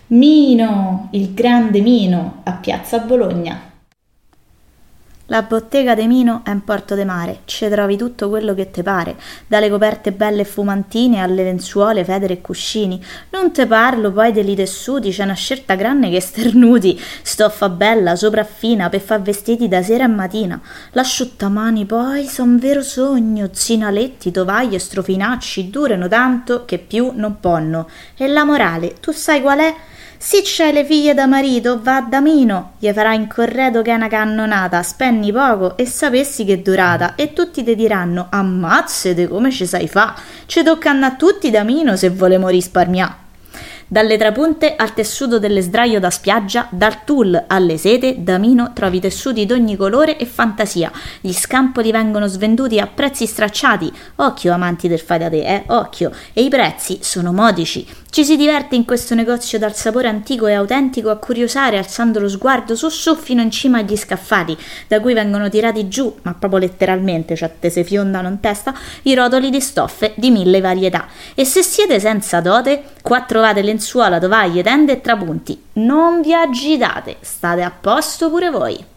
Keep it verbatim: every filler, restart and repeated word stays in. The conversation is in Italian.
Mino, il grande Mino, a Piazza Bologna. La bottega de Mino è in Porto de Mare, ci trovi tutto quello che te pare, dalle coperte belle e fumantine alle lenzuole, federe e cuscini. Non te parlo poi degli tessuti, c'è una scelta grande che sternuti, stoffa bella, sopraffina, per far vestiti da sera a mattina. L'asciuttamani poi son vero sogno, zinaletti, tovaglie, strofinacci, durano tanto che più non ponno. E la morale, tu sai qual è? Se c'hai le figlie da marito, va da Mino, gli farai in corredo che è una cannonata, spendi poco e sapessi che durata, e tutti ti diranno, ammazzate come ci sai fa, ci tocca andare a tutti da Mino se volemo risparmiare. Dalle trapunte al tessuto delle sdraio da spiaggia, dal tulle alle sete, da Mino trovi tessuti d'ogni colore e fantasia. Gli scampoli vengono svenduti a prezzi stracciati. Occhio amanti del fai da te, eh, occhio. E i prezzi sono modici. Ci si diverte in questo negozio dal sapore antico e autentico a curiosare alzando lo sguardo su su fino in cima agli scaffali, da cui vengono tirati giù, ma proprio letteralmente, cioè te se fiondano in testa, i rotoli di stoffe di mille varietà. E se siete senza dote, qua trovate lenzuola, tovaglie, tende e trapunti. Non vi agitate, state a posto pure voi.